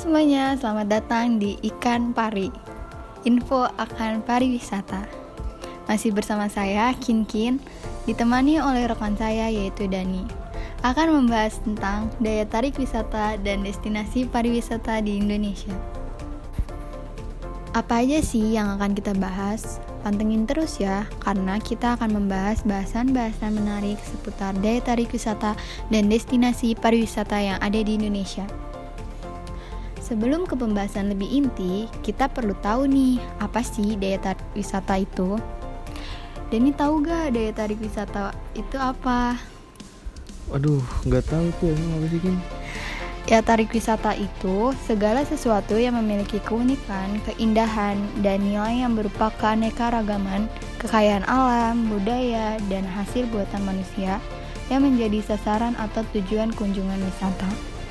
semuanya, selamat datang di Ikan Pari, info akan pariwisata. Masih bersama saya, Kin, ditemani oleh rekan saya yaitu Dani. Akan membahas tentang daya tarik wisata dan destinasi pariwisata di Indonesia. Apa aja sih yang akan kita bahas? Pantengin terus ya, karena kita akan membahas bahasan-bahasan menarik seputar daya tarik wisata dan destinasi pariwisata yang ada di Indonesia. Sebelum ke pembahasan lebih inti, kita perlu tahu nih, apa sih daya tarik wisata itu? Dani tahu gak daya tarik wisata itu apa? Aduh, nggak tahu tuh emang apa sih, Kim? Daya tarik wisata itu segala sesuatu yang memiliki keunikan, keindahan, dan nilai yang berupa keanekaragaman, kekayaan alam, budaya, dan hasil buatan manusia yang menjadi sasaran atau tujuan kunjungan wisata.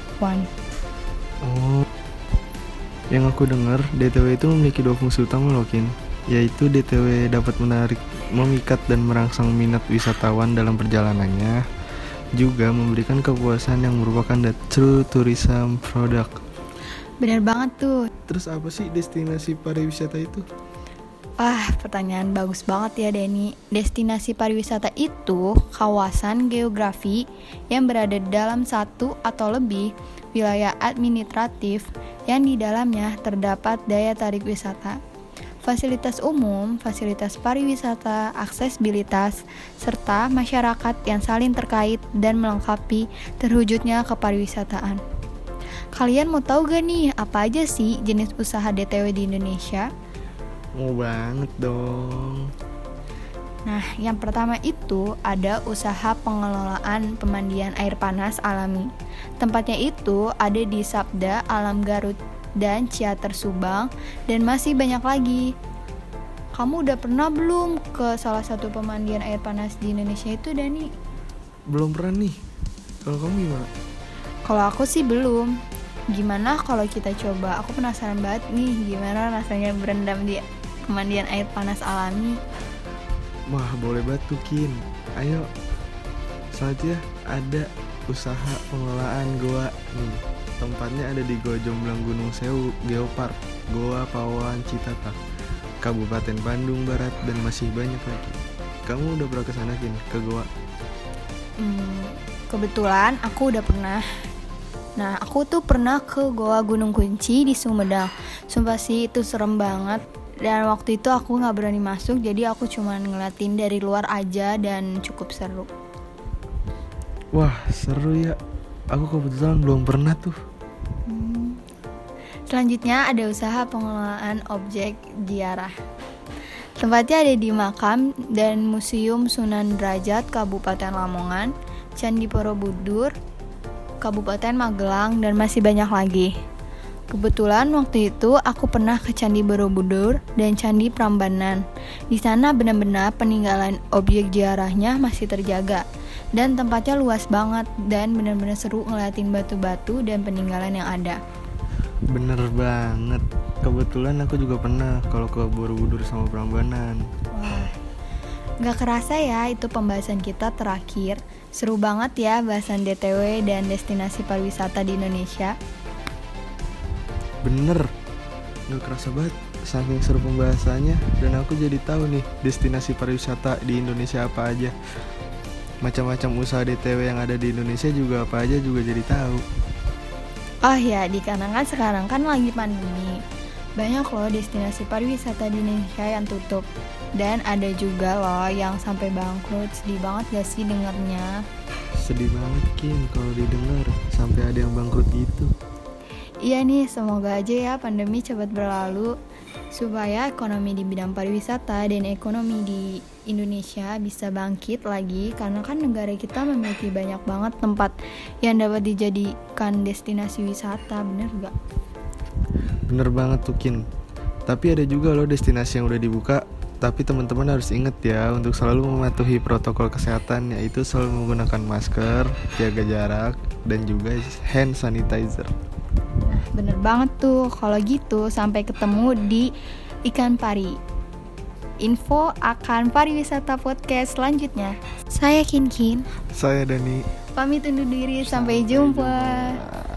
Oh, yang aku dengar, DTW itu memiliki dua fungsi utama loh, Kin. Yaitu DTW dapat menarik, memikat dan merangsang minat wisatawan dalam perjalanannya, juga memberikan kepuasan yang merupakan the true tourism product. Benar banget tuh. Terus apa sih destinasi pariwisata itu? Pertanyaan bagus banget ya Denny. Destinasi pariwisata itu kawasan geografi yang berada dalam satu atau lebih wilayah administratif yang di dalamnya terdapat daya tarik wisata, fasilitas umum, fasilitas pariwisata, aksesibilitas, serta masyarakat yang saling terkait dan melengkapi terwujudnya kepariwisataan. Kalian mau tahu gak nih apa aja sih jenis usaha DTW di Indonesia? Mau banget dong. Nah, yang pertama itu ada usaha pengelolaan pemandian air panas alami. Tempatnya itu ada di Sabda Alam Garut dan Ciater Subang, dan masih banyak lagi. Kamu udah pernah belum ke salah satu pemandian air panas di Indonesia itu, Dani? Belum pernah nih. Kalau kamu gimana? Kalau aku sih belum. Gimana kalau kita coba? Aku penasaran banget nih gimana rasanya berendam di pemandian air panas alami. Wah, boleh banget tuh, Kin. Ayo. Selanjutnya ada usaha pengelolaan goa nih. Tempatnya ada di Goa Jomblang Gunung Sewu, Geopark, Goa Pawawan Citata, Kabupaten Bandung Barat, dan masih banyak lagi. Kamu udah pernah kesana, Kin? Ke Goa? Kebetulan aku udah pernah. Nah, aku tuh pernah ke Goa Gunung Kunci di Sumedang. Sumpah sih itu serem banget. Dan waktu itu aku gak berani masuk, jadi aku cuma ngeliatin dari luar aja dan cukup seru. Wah, seru ya. Aku kebetulan belum pernah tuh. Selanjutnya ada usaha pengelolaan objek ziarah. Tempatnya ada di Makam dan Museum Sunan Derajat Kabupaten Lamongan, Candi Borobudur Kabupaten Magelang, dan masih banyak lagi. Kebetulan waktu itu aku pernah ke Candi Borobudur dan Candi Prambanan. Di sana benar-benar peninggalan objek ziarahnya masih terjaga dan tempatnya luas banget dan benar-benar seru ngeliatin batu-batu dan peninggalan yang ada. Bener banget. Kebetulan aku juga pernah kalau ke Borobudur sama Prambanan. Wah, gak kerasa ya itu pembahasan kita terakhir. Seru banget ya bahasan DTW dan destinasi pariwisata di Indonesia. Bener, gak kerasa banget saking seru pembahasannya. Dan aku jadi tahu nih destinasi pariwisata di Indonesia apa aja. Macam-macam usaha DTW yang ada di Indonesia juga apa aja juga jadi tahu. Oh ya, dikarenakan sekarang kan lagi pandemi, banyak loh destinasi pariwisata di Indonesia yang tutup. Dan ada juga loh yang sampai bangkrut. Sedih banget gak sih dengernya? Sedih banget, Kim, kalau didengar sampai ada yang bangkrut gitu. Iya nih, semoga aja ya pandemi cepat berlalu supaya ekonomi di bidang pariwisata dan ekonomi di Indonesia bisa bangkit lagi, karena kan negara kita memiliki banyak banget tempat yang dapat dijadikan destinasi wisata, bener gak? Bener banget tuh, Kin. Tapi ada juga loh destinasi yang udah dibuka, tapi teman-teman harus inget ya untuk selalu mematuhi protokol kesehatan, yaitu selalu menggunakan masker, jaga jarak, dan juga hand sanitizer. Nah, bener banget tuh. Kalau gitu, sampai ketemu di Ikan Pari, info akan pariwisata podcast selanjutnya. Saya Kin. Saya Dani. Pamit undur diri, sampai jumpa.